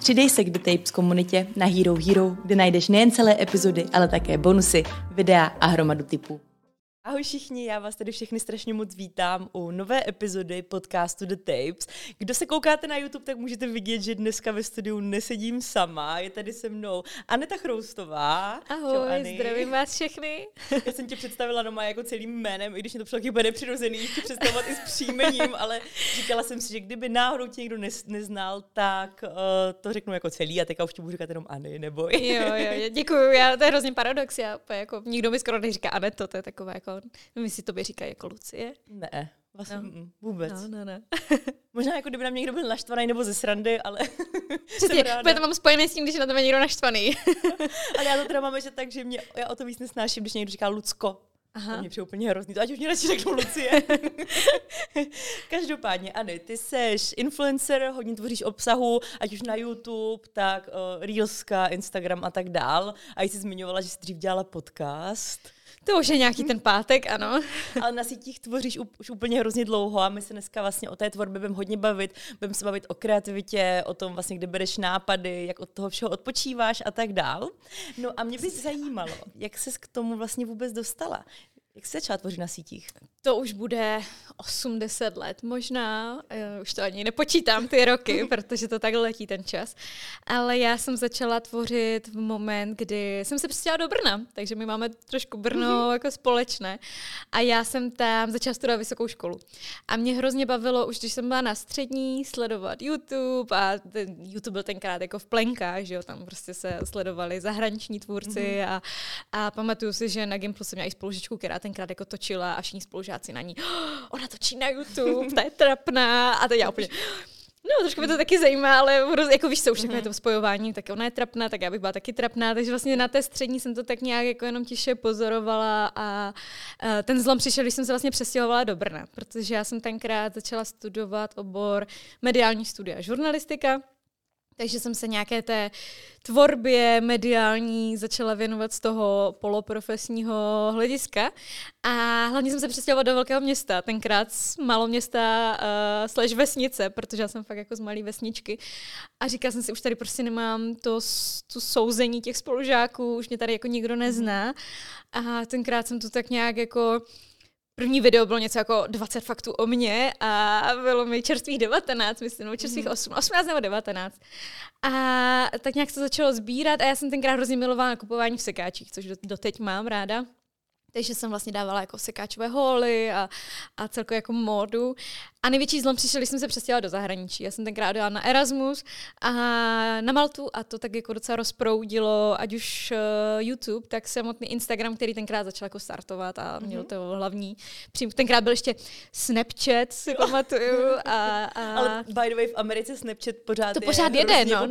Přidej se k The Tapes komunitě na Hero Hero, kde najdeš nejen celé epizody, ale také bonusy, videa a hromadu tipů. Ahoj všichni, já vás tady všechny strašně moc vítám u nové epizody podcastu The Tapes. Kdo se koukáte na YouTube, tak můžete vidět, že dneska ve studiu nesedím sama. Je tady se mnou Aneta Chroustová. Ahoj, zdravím vás všechny. Já jsem tě představila doma jako celým jménem, i když mě to taky bude nepřirozený tě představovat i s příjmením, ale říkala jsem si, že kdyby náhodou tě někdo neznal, tak to řeknu jako celý a teďka už ti budu říkat jenom Ani, neboj. Jo, děkuju, to je hrozně paradox. Jako, nikdo mi skoro neříká Aneto, to je takové jako, nevím, jestli tobě říkají jako Lucie. Ne, vlastně vůbec. Ne. Možná jako kdyby na mě někdo byl naštvaný nebo ze srandy, ale přesně, to mám spojené s tím, když na tebe někdo naštvaný. Ale já to teda mám, že tak, že já o to víc nesnáším, když někdo říká Lucko. Aha. To mě přijde úplně hrozný, to ať už mě radši řeknou Lucie. Každopádně, Ani, ty seš influencer, hodně tvoříš obsahu, ať už na YouTube, tak Reelska, Instagram a tak dál. A jsi zmiňovala, že jsi dřív dělala podcast. To už je nějaký ten pátek, ano. Ale na sítích tvoříš už úplně hrozně dlouho a my se dneska vlastně o té tvorbě budeme hodně bavit. Budeme se bavit o kreativitě, o tom vlastně, kde bereš nápady, jak od toho všeho odpočíváš a tak dál. No a mě by zajímalo, jak ses k tomu vlastně vůbec dostala? Jak jsi začala tvořit na sítích? To už bude 80 let možná, už to ani nepočítám ty roky, protože to takhle letí ten čas. Ale já jsem začala tvořit v moment, kdy jsem se přestěhovala do Brna, takže my máme trošku Brno jako společné. A já jsem tam začala studovat vysokou školu. A mě hrozně bavilo, už když jsem byla na střední, sledovat YouTube a YouTube byl tenkrát jako v plenkách, že jo, tam prostě se sledovali zahraniční tvůrci a pamatuju si, že na Gimplu jsem měla i spolužičku, která tenkrát jako točila a všichni spolužáci na ní. Ona točí na YouTube, ta je trapná a to já úplně. No, trošku mě to taky zajímá, ale jako víš co, už takové to spojování, tak ona je trapná, tak já bych byla taky trapná, takže vlastně na té střední jsem to tak nějak jako jenom tiše pozorovala a ten zlom přišel, když jsem se vlastně přestěhovala do Brna, protože já jsem tenkrát začala studovat obor mediální studia žurnalistika. Takže jsem se nějaké té tvorbě mediální začala věnovat z toho poloprofesního hlediska. A hlavně jsem se přestěhovala do velkého města, tenkrát z maloměsta / vesnice, protože já jsem fakt jako z malé vesničky. A říkala jsem si, už tady prostě nemám tu souzení těch spolužáků, už mě tady jako nikdo nezná. A tenkrát jsem to tak nějak jako... První video bylo něco jako 20 faktů o mně a bylo mi čerstvých 19, myslím, nebo čerstvých 18 nebo 19. A tak nějak se začalo sbírat a já jsem tenkrát hrozně milovala na kupování v sekáčích, což doteď mám ráda. Takže jsem vlastně dávala jako sekáčové hauly a celkově jako módu. A největší zlom přišel, když jsem se přestěhovala do zahraničí. Já jsem tenkrát dala na Erasmus a na Maltu a to tak jako docela rozproudilo, ať už YouTube, tak samotný Instagram, který tenkrát začal jako startovat a měl to hlavní. Tenkrát byl ještě Snapchat, si pamatuju. Ale by the way, v Americe Snapchat pořád to pořád jede, no.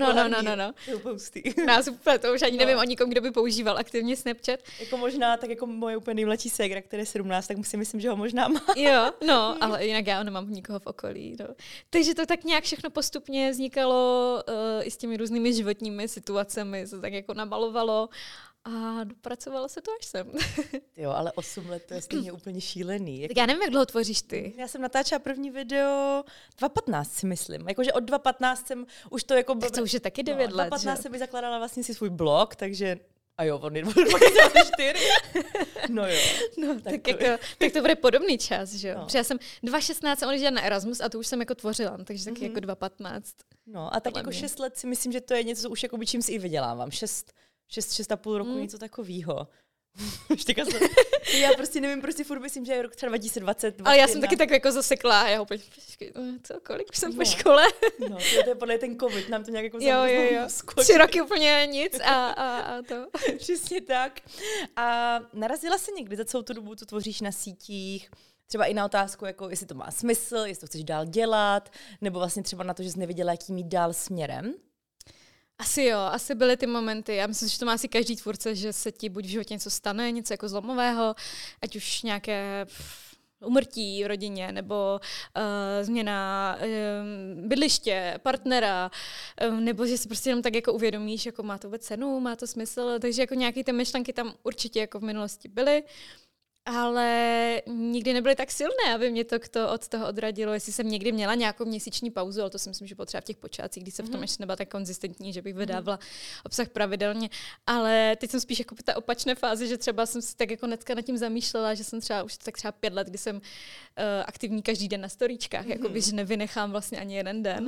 Nás úplně, to už ani nevím o nikom, kdo by používal aktivně Snapchat. Jako možná, tak jako moje úplně nejmladší ségra, která je 17, tak si myslím, že ho možná má. Jo, no, ale jinak já nemám nikoho v okolí. No. Takže to tak nějak všechno postupně vznikalo i s těmi různými životními situacemi, se tak jako namalovalo a dopracovalo se to až sem. Jo, ale 8 let to je stejně úplně šílený. Tak já nevím, jak dlouho tvoříš ty. Já jsem natáčela první video 2015 si myslím. Jakože od 2015 jsem už to jako... Tak to už je taky 9 let, 2015 jsem zakladala vlastně si svůj blog, takže... A jo, on je 2024. No jo. No, tak to bude podobný čas, že jo? No. Protože já jsem 2016 jsem odjížděla na Erasmus a to už jsem jako tvořila, takže taky jako 2015. No a tak jako 6 let si myslím, že to je něco, co už jako by čím si i vydělávám. 6,5 roku, něco takového. Já prostě nevím, prostě furt myslím, že je rok třeba 2020. Ale já jsem taky tak jako zasekla a já úplně, kolik už jsem po škole? No, to je podle ten covid, nám to nějak jako jo. 3 roky úplně nic a to. Přesně tak. A narazila jsi někdy za celou tu dobu, co tvoříš na sítích, třeba i na otázku, jako jestli to má smysl, jestli to chceš dál dělat, nebo vlastně třeba na to, že jsi nevěděla, jakým jít dál směrem? Asi jo, asi byly ty momenty. Já myslím, že to má asi každý tvůrce, že se ti buď v životě něco stane, něco jako zlomového, ať už nějaké úmrtí v rodině, nebo změna bydliště, partnera, nebo že si prostě jenom tak jako uvědomíš, jako má to vůbec cenu, má to smysl, takže jako nějaké ty myšlenky tam určitě jako v minulosti byly. ale nikdy nebyly tak silné, aby mě to od toho odradilo. Jestli jsem někdy měla nějakou měsíční pauzu, ale to si myslím, že potřeba v těch počátcích, když se v tom ještě nebyla tak konzistentní, že bych vydávala obsah pravidelně. Ale teď jsem spíš jako v té opačné fázi, že třeba jsem si tak jako dneska nad tím zamýšlela, že jsem třeba už tak třeba 5 let, kdy jsem aktivní každý den na storíčkách, jakoby, že nevynechám vlastně ani jeden den.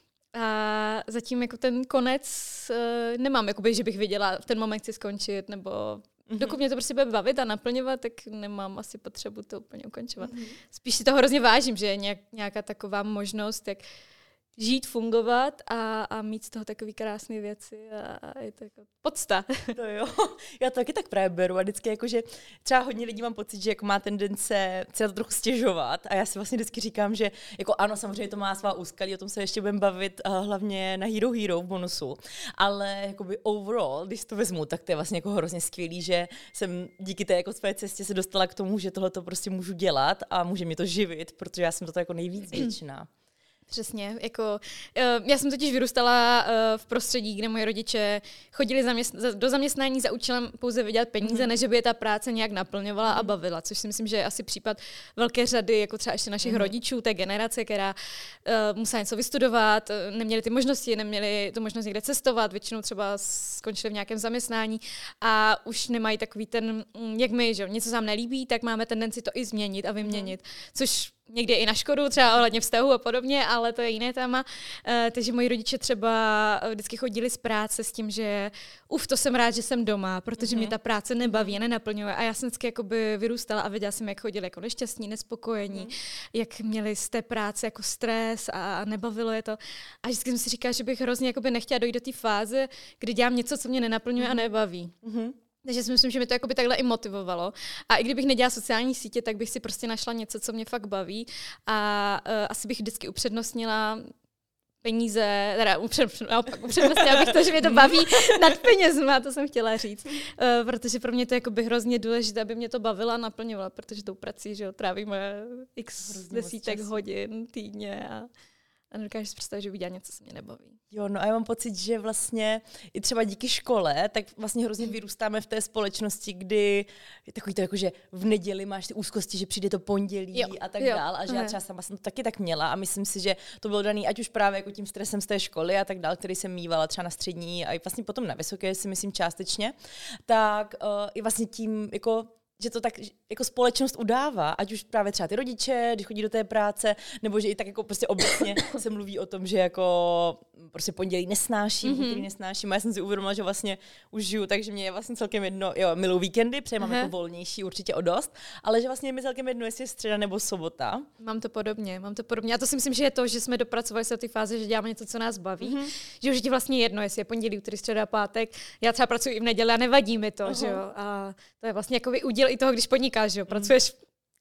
A zatím jako ten konec nemám, jakoby, že bych věděla, v ten moment chci skončit, nebo dokud mě to prostě bude bavit a naplňovat, tak nemám asi potřebu to úplně ukončovat. Spíš si toho hrozně vážím, že je nějaká taková možnost, jak žít, fungovat a mít z toho takové krásné věci a je to jako podsta. To jo, já to taky tak právě beru a vždycky jako, že třeba hodně lidí mám pocit, že jako má tendence se na to trochu stěžovat a já si vlastně vždycky říkám, že jako ano, samozřejmě to má svá úskalí, o tom se ještě budeme bavit hlavně na Hero Hero v bonusu, ale jakoby overall, když to vezmu, tak to je vlastně jako hrozně skvělý, že jsem díky té jako své cestě se dostala k tomu, že tohle to prostě můžu dělat a může mě to živit, protože já jsem to jako nejvíc vděčná. Přesně, jako já jsem totiž vyrůstala v prostředí, kde moje rodiče chodili do zaměstnání za účelem pouze vydělat peníze, než by je ta práce nějak naplňovala a bavila, což si myslím, že je asi případ velké řady, jako třeba ještě našich rodičů, té generace, která musela něco vystudovat, neměli ty možnosti, neměli tu možnost někde cestovat, většinou třeba skončili v nějakém zaměstnání a už nemají takový ten, jak my, že něco se nám nelíbí, tak máme tendenci to i změnit a vyměnit, což někdy i na škodu, třeba ohledně vztahu a podobně, ale to je jiné téma. Takže moji rodiče třeba vždycky chodili z práce s tím, že to jsem rád, že jsem doma, protože mě ta práce nebaví a nenaplňuje. A já jsem vždycky jakoby vyrůstala a věděla jsem, jak chodili jako nešťastní, nespokojení, jak měli z té práce jako stres a nebavilo je to. A vždycky jsem si říkala, že bych hrozně jakoby nechtěla dojít do té fáze, kdy dělám něco, co mě nenaplňuje a nebaví. Takže si myslím, že mi to jakoby takhle i motivovalo. A i kdybych nedělala sociální sítě, tak bych si prostě našla něco, co mě fakt baví. A asi bych vždycky upřednostnila peníze, teda upřednostnila bych to, že mě to baví nad penězma, to jsem chtěla říct. Protože pro mě to je jakoby hrozně důležité, aby mě to bavilo a naplňovalo, protože tou prací, že jo, trávíme x desítek hodin týdně a nedokážu si představit, že bych dělala něco, co mě nebaví. Jo, no a já mám pocit, že vlastně i třeba díky škole, tak vlastně hrozně vyrůstáme v té společnosti, kdy je takový to jako, že v neděli máš ty úzkosti, že přijde to pondělí a tak dál. A že já třeba sama jsem to taky tak měla a myslím si, že to bylo daný ať už právě jako tím stresem z té školy a tak dál, který jsem mívala třeba na střední a i vlastně potom na vysoké si myslím částečně, tak i vlastně tím jako že to tak jako společnost udává, ať už právě třeba ty rodiče, když chodí do té práce, nebo že i tak jako prostě obecně se mluví o tom, že jako prostě pondělí nesnáším, úterý nesnáším. A já jsem si uvědomila, že vlastně už žiju, takže mě je vlastně celkem jedno, jo, miluji víkendy, protože mám jako volnější určitě o dost, ale že vlastně je mi celkem jedno, jestli je středa nebo sobota. Mám to podobně. A to si myslím, že je to, že jsme dopracovali se do té fáze, že děláme něco, co nás baví, že už je vlastně jedno, jestli je pondělí, úterý, středa, pátek. Já třeba pracuji i v neděli a nevadí mi to, že jo. A to je vlastně jako udíl i toho, když podnikáš, že jo, pracuješ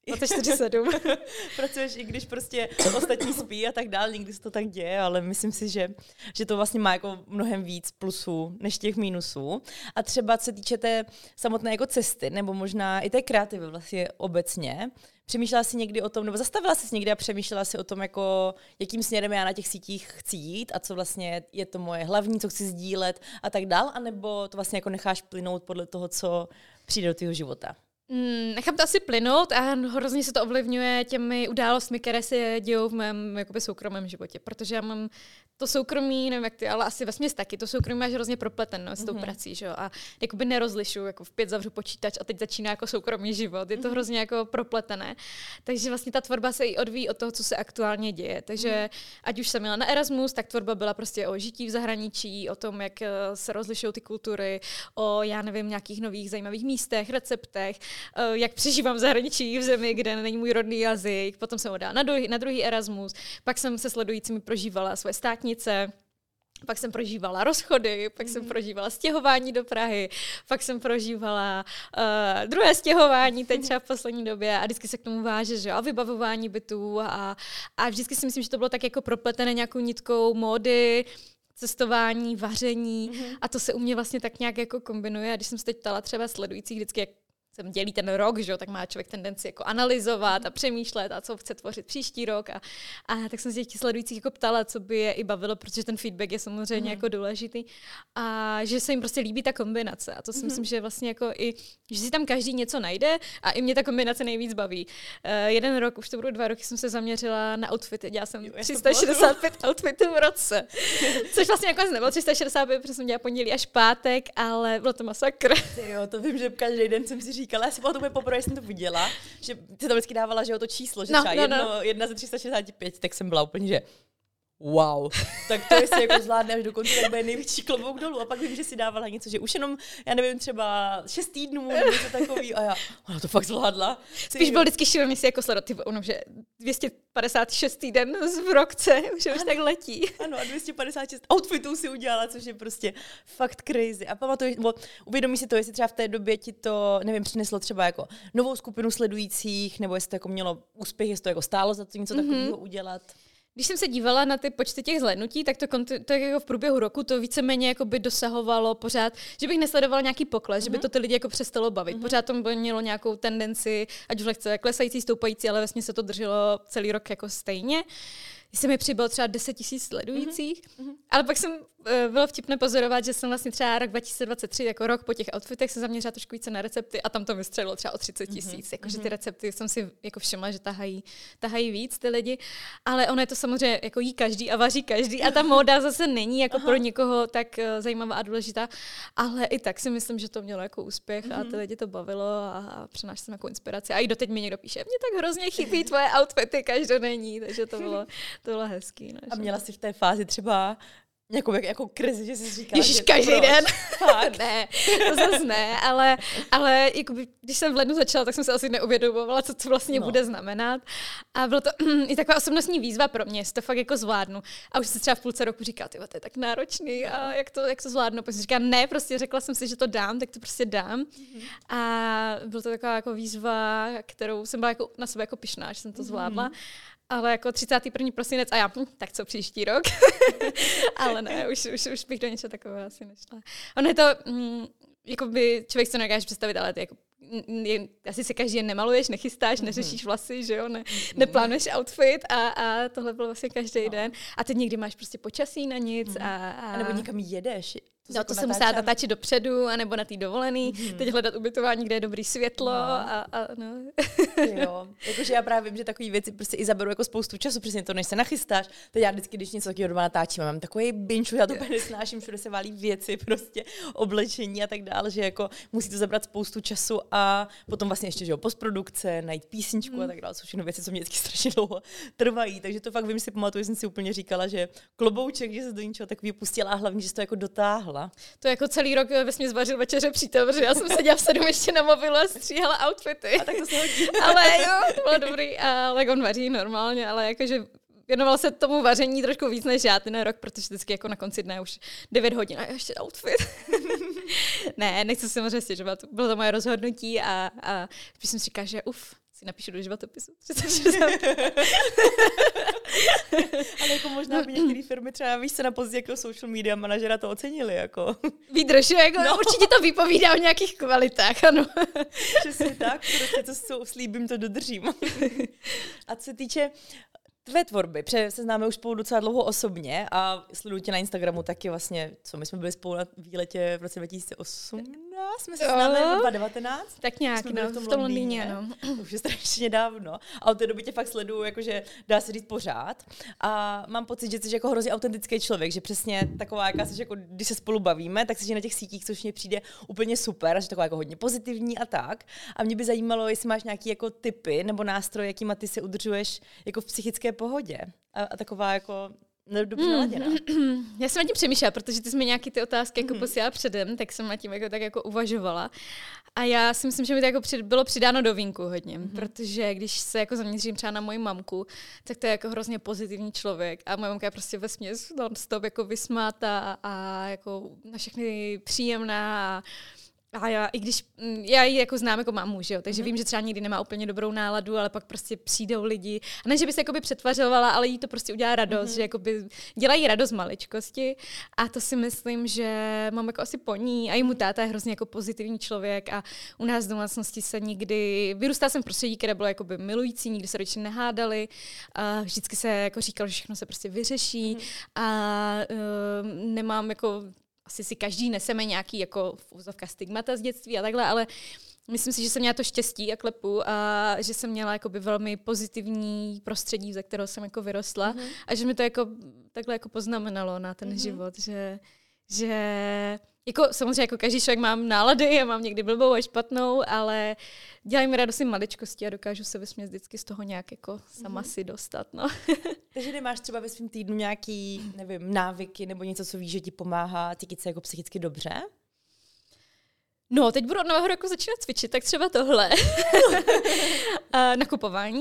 24/7. Pracuješ i když prostě ostatní spí a tak dál, někdy se to tak děje, ale myslím si, že to vlastně má jako mnohem víc plusů než těch mínusů. A třeba co se týče té samotné jako cesty, nebo možná i té kreativy vlastně obecně, přemýšlela jsi někdy o tom, nebo zastavila jsi někdy a přemýšlela si o tom, jako jakým směrem já na těch sítích chci jít a co vlastně je to moje hlavní, co chci sdílet a tak dál, anebo to vlastně jako necháš plynout podle toho, co přijde do tvého života? Nechám to asi plynout a hrozně se to ovlivňuje těmi událostmi, které se dějou v mém jakoby soukromém životě, protože já mám to soukromí, nevím jak ty, ale asi vesměs taky, to soukromí máš hrozně propleteno s tou prací, že jo, a jakoby nerozlišuju, jako v 5 zavřu počítač a teď začíná jako soukromý život, je to hrozně jako propletené, takže vlastně ta tvorba se i odvíjí od toho, co se aktuálně děje, takže ať už jsem měla na Erasmus, tak tvorba byla prostě o žití v zahraničí, o tom, jak se rozlišují ty kultury, o já nevím, nějakých nových zajímavých místech, receptech, jak přežívám v zahraničí v zemi, kde není můj rodný jazyk, potom jsem odala na druhý Erasmus, pak jsem se sledujícími prožívala svoje státnice, pak jsem prožívala rozchody, pak jsem prožívala stěhování do Prahy, pak jsem prožívala druhé stěhování teď třeba v poslední době a vždycky se k tomu váže, že jo, a vybavování bytů a vždycky si myslím, že to bylo tak jako propletené nějakou nitkou módy, cestování, vaření a to se u mě vlastně tak nějak jako kombinuje a když jsem se teď ptala třeba sledujících vždycky, jak se dělí ten rok, že jo, tak má člověk tendenci jako analyzovat a přemýšlet a co chce tvořit příští rok a tak jsem se těch sledujících jako ptala, co by je i bavilo, protože ten feedback je samozřejmě jako důležitý a že se jim prostě líbí ta kombinace a to si myslím, že vlastně jako i, že si tam každý něco najde a i mě ta kombinace nejvíc baví. Jeden rok, už to budou 2 roky, jsem se zaměřila na outfity, dělala jsem 365 outfitů v roce, což vlastně jako nebylo 365, protože jsem dělala pondělí až pátek, ale bylo to masakr. Jo, to vím, že každý den jsem si říkala, já si to poprvé jsem to viděla, že ty tam vždycky dávala, že jo, to číslo, že třeba jedna ze 365, tak jsem byla úplně, že wow, tak to jestli jako zvládne až do konce, tak bude největší klobouk dolů. A pak vím, že si dávala něco, že už jenom, já nevím, třeba 6 týdnů nebo něco takový a ona to fakt zvládla. Spíš byl vždycky šílený si jako sledovat, že 256 týden v roce, už tak letí. Ano, a 256 outfitů si udělala, což je prostě fakt crazy. A uvědomí si to, jestli třeba v té době ti to, nevím, přineslo třeba jako novou skupinu sledujících, nebo jestli to jako mělo úspěch, jestli to jako stálo za to něco takového udělat. Když jsem se dívala na ty počty těch zhlédnutí, tak to jako v průběhu roku to víceméně jako by dosahovalo pořád, že bych nesledovala nějaký pokles, že by to ty lidi jako přestalo bavit. Pořád to mělo nějakou tendenci, ať už lehce klesající, stoupající, ale vlastně se to drželo celý rok jako stejně. Jsem mi přibylo třeba 10 000 sledujících, ale pak jsem bylo vtipné pozorovat, že jsem vlastně třeba rok 2023, jako rok po těch outfitech, se zaměřila trošku více na recepty a tam to vystřelilo třeba o 30 000. Jakože ty recepty jsem si jako všimla, že tahají víc ty lidi, ale ono je to samozřejmě jako jí každý a vaří každý a ta móda zase není jako pro někoho tak zajímavá a důležitá, ale i tak si myslím, že to mělo jako úspěch a ty lidi to bavilo a přinášel jsem jako inspiraci. A i doteď mi někdo píše, mě tak hrozně chybí tvoje outfity každodenní, takže to bylo hezký. No, a měla jsi v té fázi třeba nějakou jako krizi, že jsi říkala, Ježiš, každý den. Ne, to zase ne, ale jakoby, když jsem v lednu začala, tak jsem se asi neuvědomovala, co to vlastně bude znamenat. A bylo to i taková osobnostní výzva pro mě, jestli to fakt jako zvládnu. A už se třeba v půlce roku říká, tyjo, to je tak náročný a jak to zvládnu. Pak jsem říkala, ne, prostě řekla jsem si, že to dám, tak to prostě dám. A byla to taková jako výzva, kterou jsem byla jako na sebe jako pyšná, že jsem to zvládla. Ale jako 31. prosinec a já, tak co příští rok? Ale ne, už bych do něčeho takového asi nešla. Ono je to, jako by člověk se nedokáže představit, ale ty jako, asi se každý den nemaluješ, nechystáš, neřešíš vlasy, že jo, neplánuješ outfit a tohle bylo vlastně každý den. A teď někdy máš prostě počasí na nic a nebo někam jedeš. To jsem musela natáčet dopředu, anebo na té dovolený, teď hledat ubytování, kde je dobrý světlo a no. Jo, jakože já právě vím, že takové věci prostě i zaberou jako spoustu času, přesně to, než se nachystáš. Teď já vždycky, když něco takového doma natáčím, mám takový binge, já to úplně nesnáším, všude se válí věci, prostě oblečení a tak dále, že jako musí to zabrat spoustu času a potom vlastně ještě, že jo, postprodukce, najít písničku a tak dále, jsou všechno věci, co mě vždycky strašně dlouho trvají, takže to fakt vím, si pamatuju, že jsem si úplně říkala, že klobouček, že se do něčeho takového pustila a hlavně, že se to jako dotáhla. To jako celý rok vesměs vařil večeře přítel, protože já jsem seděla v 7 ještě na mobilu a stříhala outfity. A tak to se hodí. Ale jo, to bylo dobrý, ale on vaří normálně, ale jakože věnoval se tomu vaření trošku víc než já ten rok, protože vždycky jako na konci dne už 9 hodin a ještě outfit. Ne, nechci si samozřejmě stěžovat, bylo to moje rozhodnutí a když jsem si říkala, že si napíšu do životopisu. Ale jako možná by některé firmy třeba, víš se, na pozici jako social media manažera to ocenili, jako. Výdrž, jako určitě to vypovídá o nějakých kvalitách, ano. Přesně tak, prostě to slíbím, to dodržím. A co se týče tvé tvorby, protože se známe už spolu docela dlouho osobně a sleduju tě na Instagramu taky vlastně, my jsme byli spolu na výletě v roce 2018, jsme se známe 2019. Tak nějak, v tom Londýně, ano. Už je strašně dávno. A od té doby tě fakt sleduju, jakože dá se říct pořád. A mám pocit, že jsi jako hrozně autentický člověk, že přesně taková, jaká jsi, jako když se spolu bavíme, tak jsi na těch sítích, což mně přijde úplně super, že taková jako hodně pozitivní a tak. A mě by zajímalo, jestli máš nějaký jako tipy nebo nástroje, jakýma ty se udržuješ jako v psychické pohodě. A taková jako dobře naladěná. Já jsem nad tím přemýšlela, protože ty jsi mi nějaký ty otázky jako posílala předem, tak jsem nad tím jako, tak jako uvažovala. A já si myslím, že mi to jako bylo přidáno do vínku hodně, protože když se jako zaměřím třeba na moji mamku, tak to je jako hrozně pozitivní člověk a moje mamka je prostě vesměs non-stop jako vysmátá a jako na všechny příjemná A já ji jako znám jako mámu, že jo, takže vím, že třeba nikdy nemá úplně dobrou náladu, ale pak prostě přijdou lidi. A ne, že by se jakoby přetvařovala, ale jí to prostě udělá radost, že jakoby dělají radost maličkosti. A to si myslím, že mám jako asi po ní. A i mu táta je hrozně jako pozitivní člověk a u nás v domácnosti se nikdy, vyrůstala jsem v prostředí, které bylo jakoby milující, nikdy se rodiče nehádali. A vždycky se jako říkalo, že všechno se prostě vyřeší a nemám jako asi si každý neseme nějaký jako v úzovkách stigmata z dětství a takhle, ale myslím si, že jsem měla to štěstí a klepu a že jsem měla jakoby velmi pozitivní prostředí, ze kterého jsem jako vyrostla a že mi to jako takhle jako poznamenalo na ten život, že jako samozřejmě jako každý člověk mám nálady, já mám někdy blbou a špatnou, ale dělají mi radost i maličkosti a dokážu se vysmět vždycky z toho nějak jako sama si dostat, no. Takže nemáš třeba ve svém týdnu nějaký, nevím, návyky nebo něco, co víš, že ti pomáhá cítit se jako psychicky dobře? No, teď budu od nového roku začínat cvičit, tak třeba tohle. Nakupování.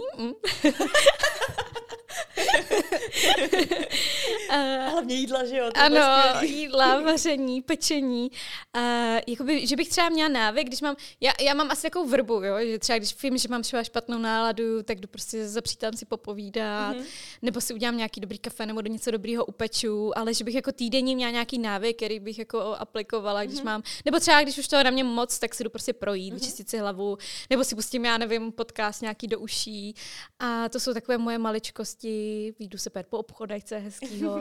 Hlavně jídla, že jo? Ano, jídla, vaření, pečení. Jakoby, že bych třeba měla návyk, když mám, já mám asi takovou vrbu, jo? Že třeba když vím, že mám třeba špatnou náladu, tak jdu prostě za přítelem si popovídat, nebo si udělám nějaký dobrý kafe, nebo do něco dobrýho upeču, ale že bych jako týdenně měla nějaký návyk, který bych jako aplikovala, když mám, nebo třeba když už toho na mě moc, tak si jdu prostě projít, vyčistit si hlavu, nebo si pustím, já nevím, podcast nějaký do uší. A to jsou takové moje maličkosti, vyjdu se pět po obchodech, co je hezkýho,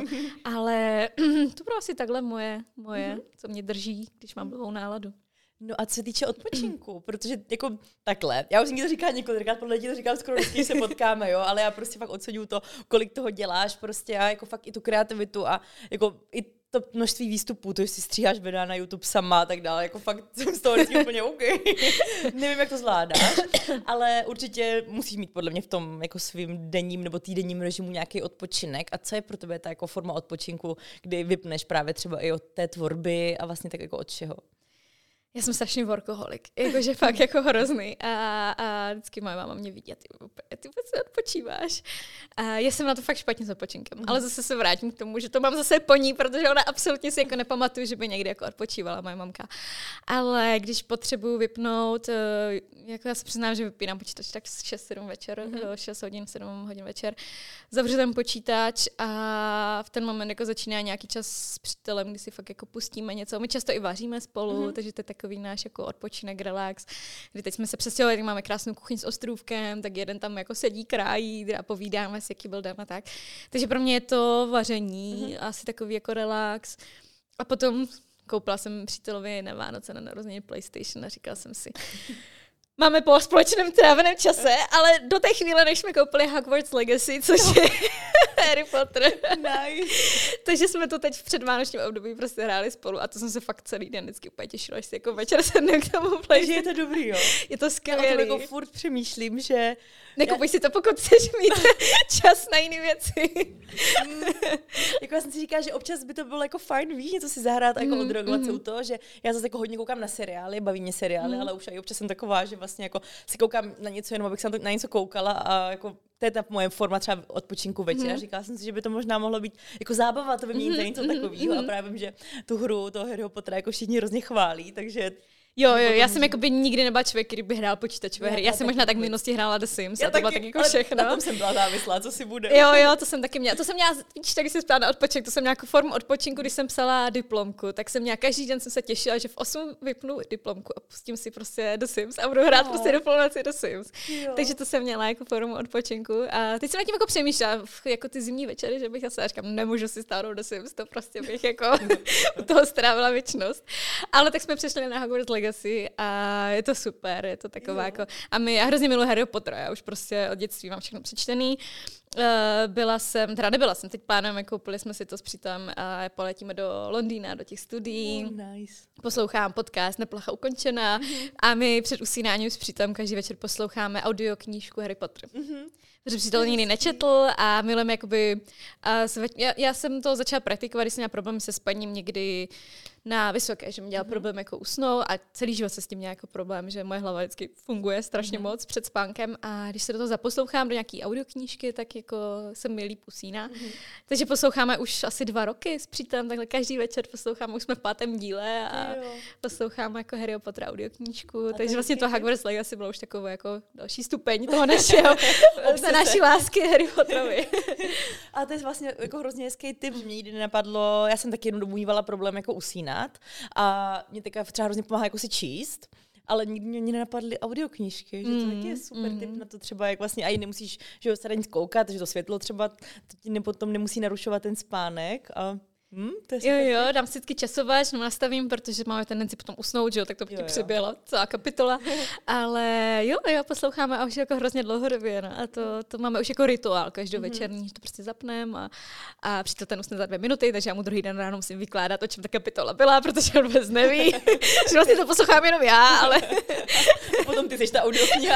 ale to bylo asi takhle moje, co mě drží, když mám blbou náladu. No a co se týče odpočinku, protože jako takhle, já už jsem ti to říkala několikrát, podle lidí to říkám skoro vždycky, když se potkáme, jo, ale já prostě fakt oceňuju to, kolik toho děláš prostě a jako fakt i tu kreativitu a jako i to množství výstupů, to, že si stříháš videa na YouTube sama a tak dále, jako fakt jsem z toho vždycky úplně OK. Nevím, jak to zvládáš, ale určitě musíš mít podle mě v tom jako svým denním nebo týdenním režimu nějaký odpočinek. A co je pro tebe ta jako forma odpočinku, kdy vypneš právě třeba i od té tvorby a vlastně tak jako od čeho? Já jsem strašný workoholik, jakože fakt jako hrozný a vždycky moje máma mě vidí a ty vůbec odpočíváš. A já jsem na to fakt špatně s odpočinkem, ale zase se vrátím k tomu, že to mám zase po ní, protože ona absolutně si jako nepamatuju, že by někdy jako odpočívala moje mamka. Ale když potřebuju vypnout, jako já se přiznám, že vypínám počítač tak 6-7 večer, 6 hodin, 7 hodin večer, zavřu ten počítač a v ten moment jako začíná nějaký čas s přítelem, kdy si fakt jako pustíme něco. My často i vaříme spolu, takže to je takový náš jako odpočinek, relax. Kdy teď jsme se přestěhovali, tak máme krásnou kuchyň s ostrůvkem, tak jeden tam jako sedí, krájí a povídáme si, jaký byl den a tak. Takže pro mě je to vaření, asi takový jako relax. A potom koupila jsem přítelovi na Vánoce na narozeniny PlayStation a říkala jsem si, máme po společném tráveném čase, ale do té chvíle, než jsme koupili Hogwarts Legacy, což je Harry Potter. Nice. Takže jsme to teď v předvánočním období prostě hráli spolu a to jsem se fakt celý den vždycky úplně těšila, až si jako večer sedne k tomu PlayStation. Takže je to dobrý, jo? Je to skvělý. Já o tom jako furt přemýšlím, že... Nekupuj si to, pokud chceš mít čas na jiné věci. Jako já jsem si říkala, že občas by to bylo jako fajn, víš, něco si zahrát a jako odreagovat se u toho, že já zase jako hodně koukám na seriály, baví mě seriály, ale už i občas jsem taková, že vlastně jako si koukám na něco jenom, abych se na něco koukala a jako to je ta moje forma třeba odpočinku večer. Říkala jsem si, že by to možná mohlo být jako zábava, to by mě něco takového a právě, že tu hru toho Harryho Pottera jako všichni hrozně chválí, takže Jo, já jsem jako by nikdy nebyla člověk, který by hrál počítačové hry. Já jsem možná tak v minulosti hrála The Sims a to bylo tak jako všechno. Na tom jsem byla závislá, co si bude. Jo, to jsem taky měla. To jsem měla, víš, tak se ptala na odpočink, to jsem měla jako formu odpočinku, když jsem psala diplomku, tak jsem měla každý den jsem se těšila, že v 8 vypnu diplomku a pustím si prostě The Sims a budu hrát prostě diplomaci The Sims. Takže to jsem měla jako formu odpočinku a teď jsem nad tím jako přemýšlela, jako ty zimní večery, že bych asi říkám, nemůžu si stáhnout The Sims, to prostě bych jako u toho strávila věčnost. Ale tak jsme přešli na Hogwarts Legacy a je to super, je to taková jako... A já hrozně miluji Harry Pottera, já už prostě od dětství mám všechno přečtený. Nebyla jsem, teď plánujeme, koupili jsme si to s přítelem a poletíme do Londýna, do těch studií. Nice. Poslouchám podcast Neplacha ukončená a my před usínáním s přítelem každý večer posloucháme audioknížku Harry Potter. Protože přítel nikdy nečetl a milujeme jakoby... Já jsem to začala praktikovat, když jsem měla problém se spaním někdy na vysoké, že mi dělal problém jako usnout a celý život se s tím měla jako problém, že moje hlava vždycky funguje strašně moc před spánkem a když se do toho zaposlouchám do nějaký audioknížky, tak jako se mi líp usíná. Takže posloucháme už asi 2 roky s přítelem, takhle každý večer posloucháme, už jsme v 5. díle a posloucháme jako Harryho Pottera audioknížku, takže vlastně to Hogwarts Legacy bylo už takové jako další stupeň toho našeho, naší lásky Harry Potterovi. A to je vlastně jako hrozně hezký tip, že mě nikdy nenapadlo, já jsem taky jednou dobu mívala problém jako usínat a mě teďka třeba hrozně pomáhá jako si číst, ale nikdy mě nenapadly audioknížky, že to taky je super tip na to třeba, jak vlastně i nemusíš, že se na nic koukat, že to světlo třeba to ti potom nemusí narušovat ten spánek a to je super. Jo, dám si vždycky časovač, nastavím, protože máme tendenci potom usnout, že jo, tak to ti přiběhla celá kapitola. Ale jo, posloucháme a už jako hrozně dlouhodobě, no. A to máme už jako rituál každovečerní, že to prostě zapneme a přítel ten usne za 2 minuty, takže já mu druhý den ráno musím vykládat, o čem ta kapitola byla, protože on vůbec neví. Že vlastně to poslouchám jenom já, ale... A potom ty jsi ta audiokniha.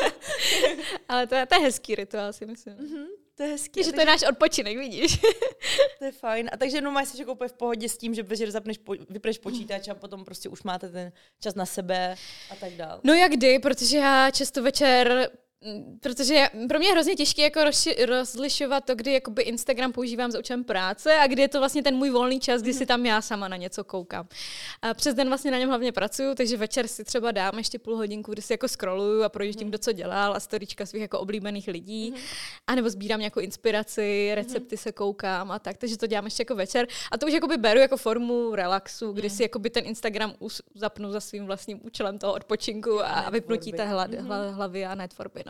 Ale to je hezký rituál, si myslím. To je hezký. Že to je náš odpočinek, vidíš? To je fajn. A takže máš se jako úplně v pohodě s tím, že večer vypneš počítač a potom prostě už máte ten čas na sebe a tak dál. No jak kdy, protože já často večer... Protože pro mě je hrozně těžké jako rozlišovat to, kdy jakoby Instagram používám za účelem práce a kdy je to vlastně ten můj volný čas, kdy si tam já sama na něco koukám. A přes den vlastně na něm hlavně pracuju, takže večer si třeba dám ještě půl hodinku, kdy si jako scrolluju a projíždím, kdo co dělal a storíčka svých jako oblíbených lidí. A nebo sbírám nějakou inspiraci, recepty se koukám a tak, takže to dělám ještě jako večer. A to už jakoby beru jako formu relaxu, kdy si jakoby ten Instagram zapnu za svým vlastním účelem toho odpočinku a vypnutí té hlavy a netvorby.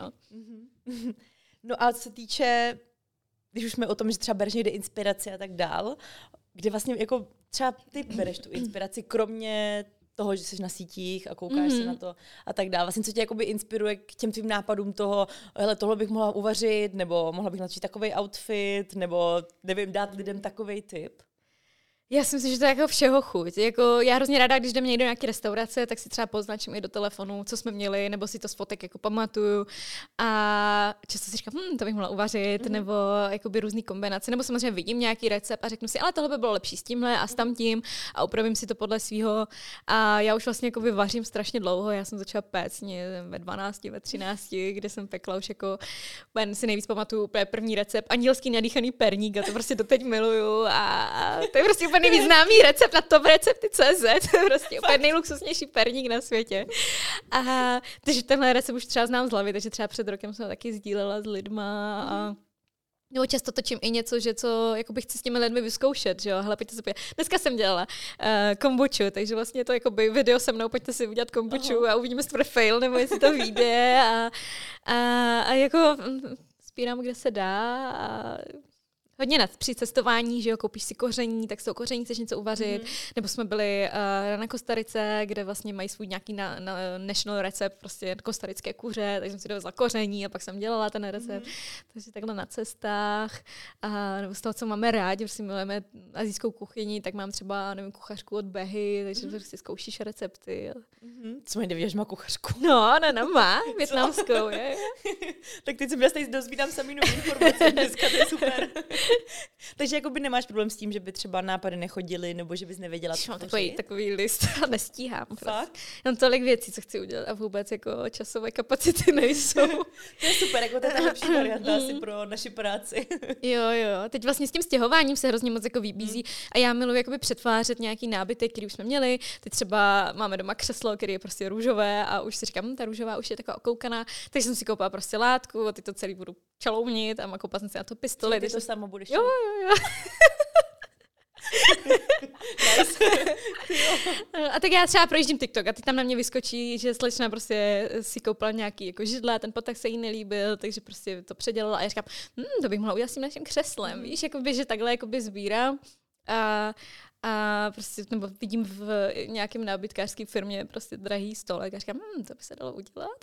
No a co se týče, když už jsme o tom, že třeba bereš někde inspiraci a tak dál, kde vlastně jako třeba ty bereš tu inspiraci, kromě toho, že jsi na sítích a koukáš se na to a tak dále. Vlastně co tě jakoby inspiruje k těm tvým nápadům toho, hele, tohle bych mohla uvařit, nebo mohla bych načít takovej outfit, nebo nevím, dát lidem takovej tip? Já si myslím, že to je jako všeho chuť. Jako já hrozně ráda, když jdeme někdo do nějaké restaurace, tak si třeba poznačím i do telefonu, co jsme měli, nebo si to z fotek jako pamatuju. A často si říkám, to bych mohla uvařit, nebo jakoby různý kombinace, nebo samozřejmě vidím nějaký recept a řeknu si, ale tohle by bylo lepší s tímhle a s tamtím a upravím si to podle svého. A já už vlastně jakoby vařím strašně dlouho. Já jsem začala péct ve 12, ve 13, kde jsem pekla už jako, si nejvíc pamatuju úplně první recept, andělský nadýchaný perník, a to prostě doteď miluju a to je prostě úplně nejvíc známý recept na toprecepty.cz, prostě úplně nejluxusnější perník na světě. A takže tenhle recept už třeba znám z hlavy, takže třeba před rokem jsem ho taky sdílela s lidma a nebo často točím i něco, že co jako bych chci s těmi lidmi vyzkoušet, že jo, hele, pojďte se podívat. Dneska jsem dělala kombuču, takže vlastně to jakoby video se mnou, pojďte si udělat kombuču a uvidíme, jestli to bude fail, nebo jestli to vyjde a jako spírám, kde se dá a hodně při cestování, že jo, koupíš si koření, tak z toho koření chceš něco uvařit, nebo jsme byli na Kostarice, kde vlastně mají svůj nějaký national recept, prostě kostarické kuře, takže jsem si dovezla koření a pak jsem dělala ten recept. Takže takhle na cestách a nebo z toho, co máme rádi, protože milujeme asijskou kuchyni, tak mám třeba, nevím, kuchařku od Behy, takže prostě zkoušíš recepty. Co mi nevíš, že má kuchařku? No, má, vietnamskou, je. Tak teď se mě tady dozvídám samý nový informace, dneska to je super. Takže jakoby nemáš problém s tím, že by třeba nápady nechodily, nebo že bys nevěděla, co takový list a nestíhám. Fakt? Mám tolik věcí, co chci udělat a vůbec jako časové kapacity nejsou. To je super, jako to je ta lepší varianta asi pro naši práci. Jo. Teď vlastně s tím stěhováním se hrozně moc jako vybízí a já miluji jakoby přetvářet nějaký nábytek, který už jsme měli. Teď třeba máme doma křeslo, který je prostě růžové a už si říkám, ta růžová už je taková okoukaná, takže jsem si koupila prostě látku a teď to celý budu čalounit a koupila jsem si na to pistoli. Ty to sama budeš. Jo. A tak já třeba projíždím TikTok a teď tam na mě vyskočí, že slečna prostě si koupila nějaký jako židle, ten potah se jí nelíbil, takže prostě to předělala a já říkám, to bych mohla udělat s tím naším křeslem, víš, jakoby, že takhle jakoby sbírám a prostě, nebo vidím v nějakém nábytkářské firmě prostě drahý stolek a říkám, to by se dalo udělat.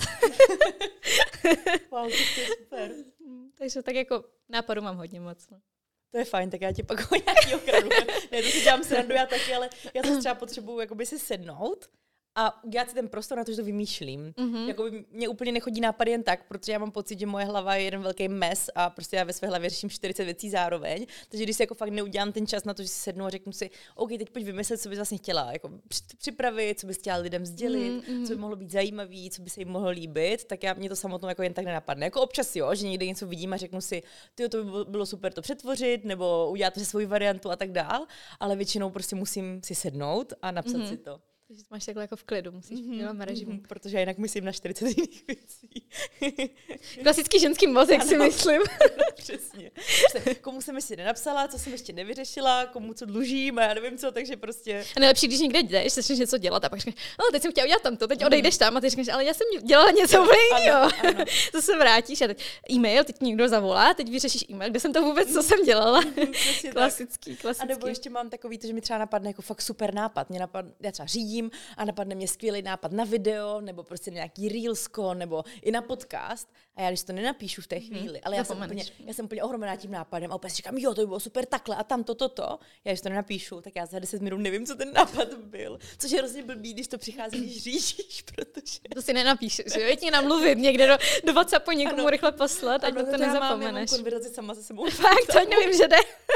Wow, to je super. Takže tak jako nápadu mám hodně moc. No. To je fajn, tak já ti pak o nějaký okradu. Ne, to si dělám srandu já taky, ale já se třeba potřebuju jakoby si sednout a udělat si ten prostor na to, že to vymýšlím. Jakoby mě úplně nechodí nápady jen tak, protože já mám pocit, že moje hlava je jeden velký mes a prostě já ve své hlavě řeším 40 věcí zároveň. Takže když si jako fakt neudělám ten čas na to, že si sednu a řeknu si, OK, teď pojď vymyslet, co bys vlastně chtěla jako připravit, co bys chtěla lidem sdělit, co by mohlo být zajímavý, co by se jim mohlo líbit, tak mě to samotnou jako jen tak nenapadne. Jako občas jo, že někde něco vidím a řeknu si, to by bylo super to přetvořit, nebo udělat si svoji variantu a tak dál, ale většinou prostě musím si sednout a napsat si to. Takže máš takhle jako v klidu, musíš dělat režimu. Protože jinak myslím na 40 jiných věcí. Klasický ženský mozek si myslím. Přesně. Komu jsem ještě nenapsala, co jsem ještě nevyřešila, komu co dlužím a já nevím co, takže prostě... A nejlepší, když někde jdeš, začneš něco dělat a pak řekneš, teď jsem chtěla udělat tamto, teď odejdeš tam a ty řekneš, ale já jsem dělala něco jiného. To se vrátíš a teď e-mail, teď někdo zavolá, teď vyřešíš e-mail, kde jsem to vůbec, co jsem dělala. Klasický. A nebo ještě mám takový to, že mi třeba napadne jako fakt super nápad. Já třeba řídím a napadne mě skvělý nápad na video, nebo prostě nějaký reelsko, nebo i na podcast. A já když to nenapíšu v té chvíli, ale já jsem úplně ohromená tím nápadem a úplně si říkám, jo, to by bylo super takhle a tam toto. Já když to nenapíšu, tak já za 10 minut nevím, co ten nápad byl. Což je hrozně blbý, když to přichází, když řídíš, protože... To si nenapíšeš, jo? Je ti namluvit někde do WhatsAppu někomu rychle poslat, ať to nezapomeneš. Já mám konverzaci sama se sebou. Fakt, to nevím, že jde.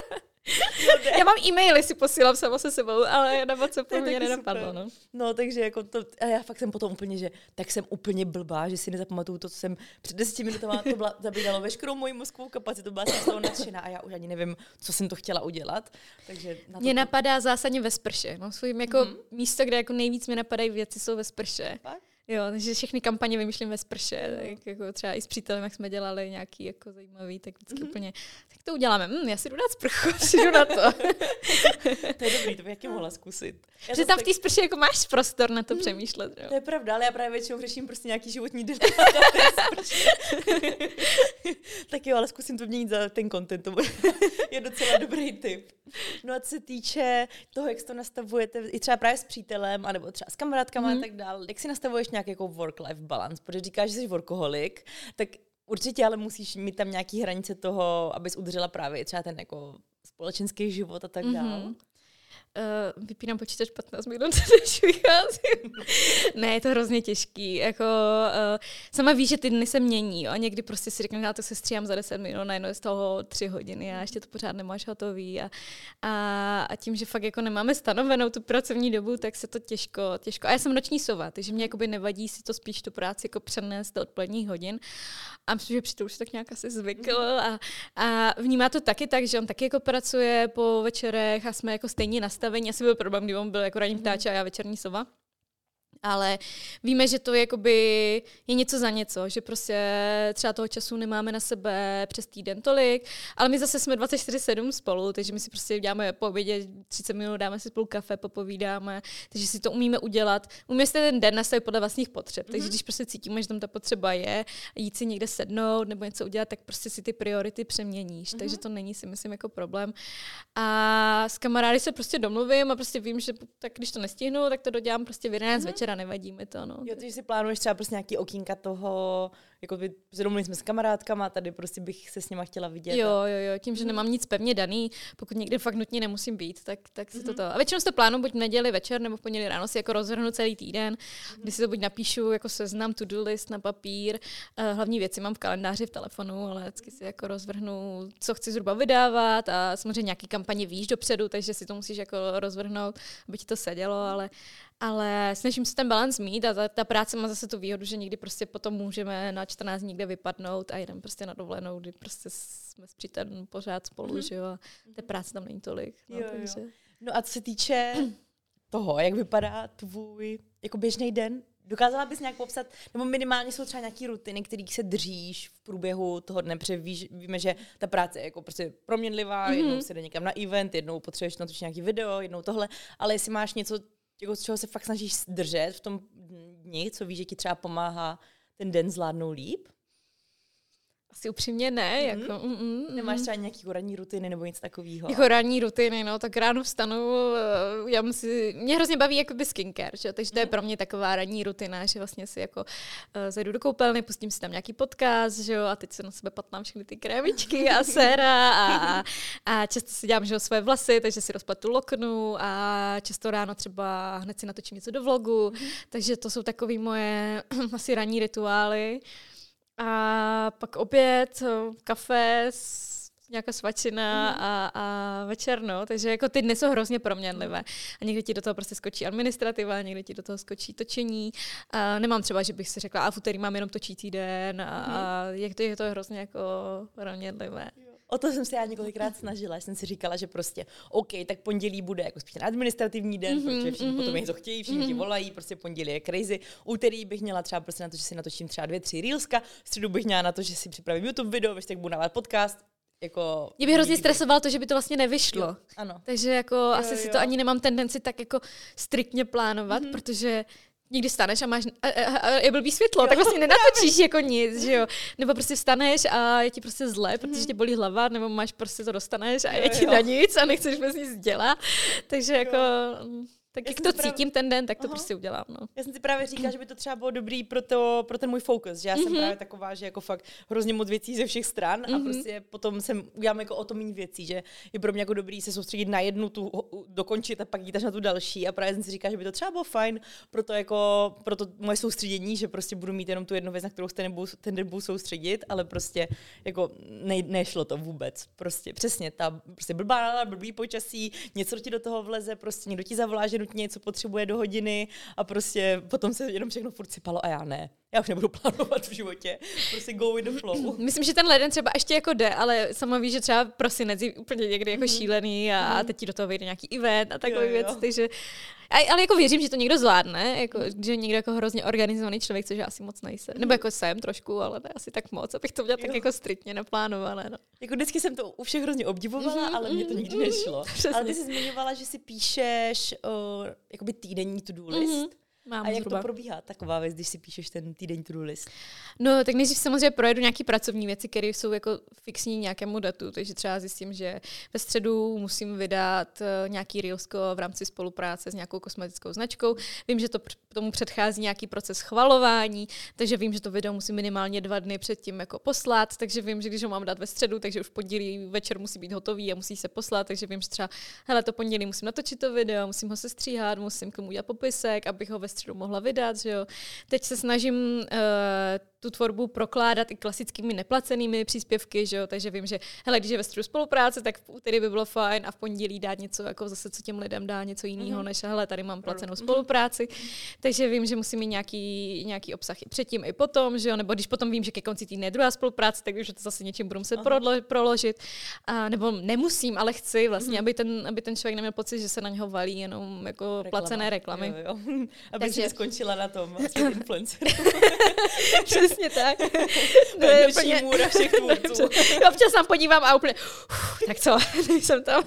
Já mám e-maily, si posílám sama se sebou, ale na WhatsAppu mě nenapadlo. No, takže jako to, a já fakt jsem potom úplně, že tak jsem úplně blbá, že si nezapamatuju to, co jsem před 10 minutama to zabídalo veškerou moji mozkovou kapacitu, byla jsem z toho nadšená a já už ani nevím, co jsem to chtěla udělat. Takže mě napadá zásadně ve sprše. No, svým jako místo, kde jako nejvíc mi napadají věci, jsou ve sprše. Fakt? Jo, takže všechny kampaně vymýšlím ve sprše, tak jako třeba i s přítelem, jak jsme dělali nějaký jako zajímavý, tak vždycky úplně, tak to uděláme, já si jdu dát sprchu, přijdu na to. To je dobrý, to bych jaký mohla zkusit. Že tam v té sprše jako máš prostor na to přemýšlet. Jo. To je pravda, ale já právě většinou řeším prostě nějaký životní dilema. Tak jo, ale zkusím to měnit za ten content, to je docela dobrý tip. No a co se týče toho, jak to nastavujete, i třeba právě s přítelem, anebo třeba s kamarádkama a tak dál, jak si nastavuješ nějaký jako work-life balance, protože říkáš, že jsi workoholik, tak určitě ale musíš mít tam nějaký hranice toho, abys udržela právě třeba ten jako společenský život a tak dál. Vypínám počítač 15 minut, než vycházím. Ne, je to hrozně těžký. Jako, sama víš, že ty dny se mění. Jo? A někdy prostě si řekne, já to se stříhám za 10 minut, najednou je z toho 3 hodiny a ještě to pořád nemáš hotový. A tím, že fakt jako nemáme stanovenou tu pracovní dobu, tak se to těžko. A já jsem noční sova, takže mě jakoby nevadí si to spíš tu práci jako přenést do odpoledních hodin. A myslím, že přítel už tak nějak asi zvykl a vnímá to taky tak, že on taky jako pracuje po večerech a jsme jako stejně nastavení. Asi byl problém, kdy on byl jako ranní ptáč a já večerní sova. Ale víme, že to je něco za něco, že prostě třeba toho času nemáme na sebe přes týden tolik, ale my zase jsme 24/7 spolu, takže my si prostě děláme po obědě 30 minut, dáme si spolu kafe, popovídáme, takže si to umíme udělat. Umíme si ten den nastavit podle vlastních potřeb, takže když prostě cítíme, že tam ta potřeba je, jít si někde sednout nebo něco udělat, tak prostě si ty priority přeměníš, takže to není si myslím jako problém. A s kamarády se prostě domluvím a prostě vím, že tak když to nestihnu, tak to dodělám prostě v 11 večera. Nevadí mi to, no. Jo, takže si plánuješ třeba prostě nějaký okýnka toho, jako domluvili jsme s kamarádkama, tady prostě bych se s nima chtěla vidět. Jo, tím, že nemám nic pevně daný, pokud někde fakt nutně nemusím být, tak si to. A většinou si to plánuju buď v neděli večer, nebo v pondělí ráno si jako rozvrhnu celý týden, kdy si to buď napíšu jako seznam to-do list na papír, hlavní věci mám v kalendáři v telefonu, ale vždycky si jako rozvrhnu, co chci zhruba vydávat a samozřejmě nějaký kampaně víš dopředu, takže si to musíš jako rozvrhnout, aby ti to sedělo, ale snažím se ten balans mít a ta práce má zase tu výhodu, že někdy prostě potom můžeme na 14 dní někde vypadnout a jdem prostě na dovolenou, kdy prostě jsme s přítelem pořád spolu, že jo, a té práce tam není tolik. No, takže. No a co se týče toho, jak vypadá tvůj jako běžný den, dokázala bys nějak popsat, nebo minimálně jsou třeba nějaký rutiny, kterých se držíš v průběhu toho dne, protože víme, že ta práce je jako prostě proměnlivá, jednou se jde někam na event, jednou potřebuješ natočit nějaký video, jednou tohle, ale jestli máš něco, jako z čeho se fakt snažíš držet v tom dni, co víš, že ti třeba pomáhá ten den zvládnout líp? Asi upřímně ne. Jako, Nemáš třeba nějaký ranní rutiny nebo nic takového? Jako ranní rutiny, no, tak ráno vstanu, mě hrozně baví jakoby skincare, že? Takže to je pro mě taková ranní rutina, že vlastně si jako zajdu do koupelny, pustím si tam nějaký podcast, že jo, a teď se na sebe patnám všechny ty krémičky a séra a často si dělám, že jo, svoje vlasy, takže si rozpletu loknu a často ráno třeba hned si natočím něco do vlogu, takže to jsou takový moje asi ranní rituály. A pak oběd, kafe, nějaká svačina a večer, no. Takže jako ty dny jsou hrozně proměnlivé. A někdy ti do toho prostě skočí administrativa, někdy ti do toho skočí točení. A nemám třeba, že bych si řekla, a v úterý mám jenom točící den a je to hrozně jako proměnlivé. O to jsem se já několikrát snažila, jsem si říkala, že prostě OK, tak pondělí bude jako spíš ten administrativní den, protože všichni potom něco chtějí, všichni ti volají, prostě pondělí je crazy. Úterý bych měla třeba prostě na to, že si natočím třeba 2-3 reelska, středu bych měla na to, že si připravím YouTube video, tak budu navádět podcast. Jako mě by hrozně stresovalo to, že by to vlastně nevyšlo. Jo, ano. Takže jako asi si to ani nemám tendenci tak jako striktně plánovat, protože někdy staneš a máš je blbý světlo, tak vlastně nenatočíš jako nic, že jo. Nebo prostě vstaneš a je ti prostě zle, protože tě bolí hlava, nebo máš prostě to dostaneš a je ti na nic a nechceš vůbec nic dělat. Takže jako tak jak to cítím ten den, tak to prostě udělám. No. Já jsem si právě říkala, že by to třeba bylo dobrý pro ten můj fokus, že já jsem právě taková, že jako fakt hrozně moc věcí ze všech stran a prostě potom udělám jako o to méně věcí, že je pro mě jako dobrý se soustředit na jednu, tu dokončit a pak jít až na tu další a právě jsem si říkala, že by to třeba bylo fajn pro to moje soustředění, že prostě budu mít jenom tu jednu věc, na kterou se ten den budu soustředit, ale prostě jako nešlo to vůbec. Prostě přesně ta prostě blbý počasí, něco ti do toho vleze, prostě někdo ti zavolá, že nutně něco potřebuje do hodiny a prostě potom se jenom všechno furt sypalo a já ne. Já už nebudu plánovat v životě. Prostě go with the flow. Myslím, že ten leden třeba ještě jako jde, ale sama víš, že třeba prosinec je úplně někdy jako šílený a teď ti do toho vyjde nějaký event a takový věc, takže ale jako věřím, že to někdo zvládne, jako, že někdo jako hrozně organizovaný člověk, což já asi moc nejsem. Nebo jako jsem trošku, ale ne asi tak moc, abych to měla tak jako striktně naplánované. No. Jako vždycky jsem to u všech hrozně obdivovala, ale mně to nikdy nešlo. Ale ty jsi zmiňovala, že si píšeš jakoby týdenní to-do list. Mám a jak to probíhá taková věc, když si píšeš ten týdenní to-do list? No, tak nejdřív samozřejmě projedu nějaké pracovní věci, které jsou jako fixní nějakému datu, takže třeba zjistím, že ve středu musím vydat nějaký reelsko v rámci spolupráce s nějakou kosmetickou značkou. Vím, že tomu předchází nějaký proces schvalování, takže vím, že to video musím minimálně 2 dny předtím jako poslat, takže vím, že když ho mám dát ve středu, takže už v pondělí večer musí být hotový a musí se poslat, takže vím, že třeba hele, to pondělí musím natočit to video, musím ho sestříhat, musím k tomu udělat popisek, abych ho ve středu mohla vydat, že jo. Teď se snažím tu tvorbu prokládat i klasickými neplacenými příspěvky, že jo, takže vím, že hele, když je ve středu spolupráce, tak v úterý by bylo fajn a v pondělí dát něco jako zase, co těm lidem dá něco jiného, než hele, tady mám placenou spolupráci. Takže vím, že musím mít nějaký obsah i předtím, i potom, že jo, nebo když potom vím, že ke konci týdne je druhá spolupráce, tak vím, že to zase něčím budu muset proložit. A nebo nemusím, ale chci vlastně, aby ten člověk neměl pocit, že se na něho valí jenom jako placené reklamy. Jo. Aby si skončila na tom influenceru. Přesně tak. Noční můra všech tvůrců. Občas tam podívám a úplně, tak co, nejsem tam.